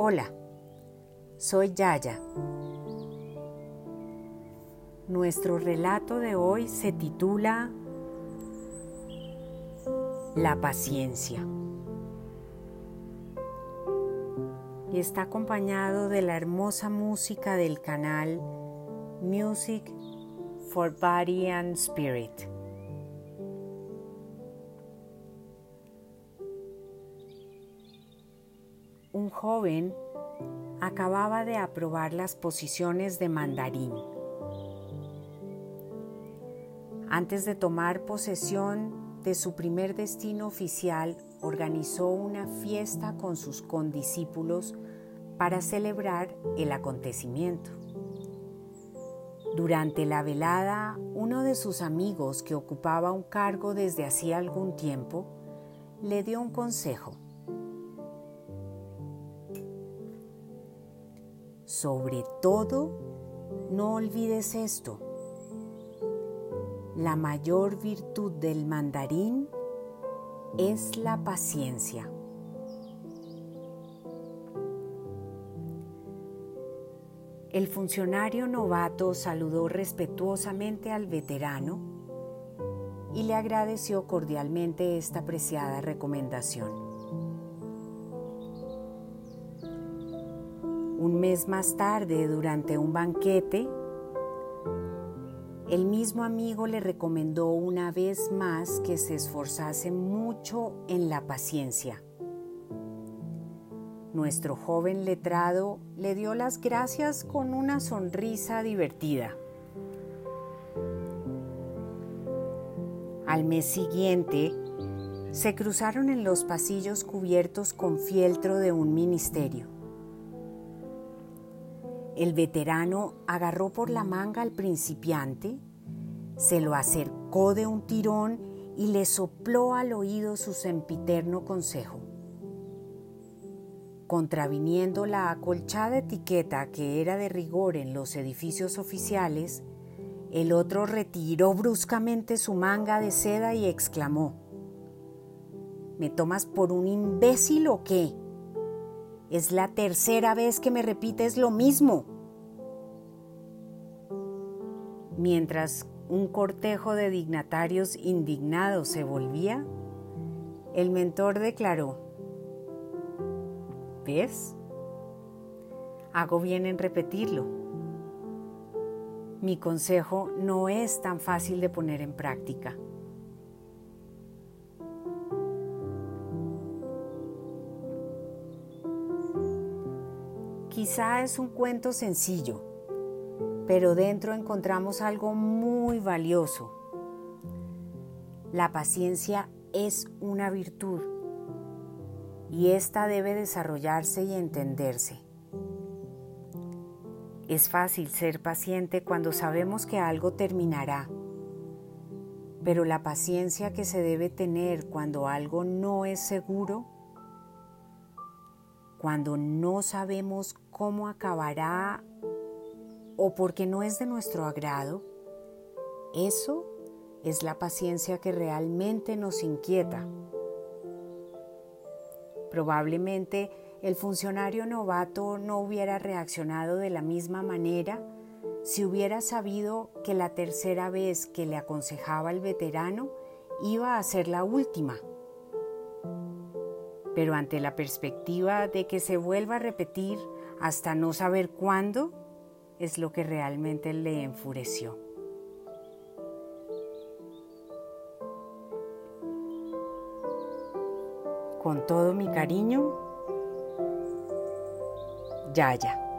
Hola, soy Yaya. Nuestro relato de hoy se titula La paciencia y está acompañado de la hermosa música del canal Music for Body and Spirit. Un joven acababa de aprobar las posiciones de mandarín. Antes de tomar posesión de su primer destino oficial, organizó una fiesta con sus condiscípulos para celebrar el acontecimiento. Durante la velada, uno de sus amigos, que ocupaba un cargo desde hacía algún tiempo, le dio un consejo. Sobre todo, no olvides esto: la mayor virtud del mandarín es la paciencia. El funcionario novato saludó respetuosamente al veterano y le agradeció cordialmente esta preciada recomendación. Un mes más tarde, durante un banquete, el mismo amigo le recomendó una vez más que se esforzase mucho en la paciencia. Nuestro joven letrado le dio las gracias con una sonrisa divertida. Al mes siguiente, se cruzaron en los pasillos cubiertos con fieltro de un ministerio. El veterano agarró por la manga al principiante, se lo acercó de un tirón y le sopló al oído su sempiterno consejo. Contraviniendo la acolchada etiqueta que era de rigor en los edificios oficiales, el otro retiró bruscamente su manga de seda y exclamó: ¿Me tomas por un imbécil o qué? Es la tercera vez que me repites lo mismo. Mientras un cortejo de dignatarios indignados se volvía, el mentor declaró: ¿Ves? Hago bien en repetirlo. Mi consejo no es tan fácil de poner en práctica. Quizá es un cuento sencillo, pero dentro encontramos algo muy valioso. La paciencia es una virtud y esta debe desarrollarse y entenderse. Es fácil ser paciente cuando sabemos que algo terminará, pero la paciencia que se debe tener cuando algo no es seguro, cuando no sabemos cómo acabará o porque no es de nuestro agrado, eso es la paciencia que realmente nos inquieta. Probablemente el funcionario novato no hubiera reaccionado de la misma manera si hubiera sabido que la tercera vez que le aconsejaba el veterano iba a ser la última. Pero ante la perspectiva de que se vuelva a repetir hasta no saber cuándo, es lo que realmente le enfureció. Con todo mi cariño, Yaya.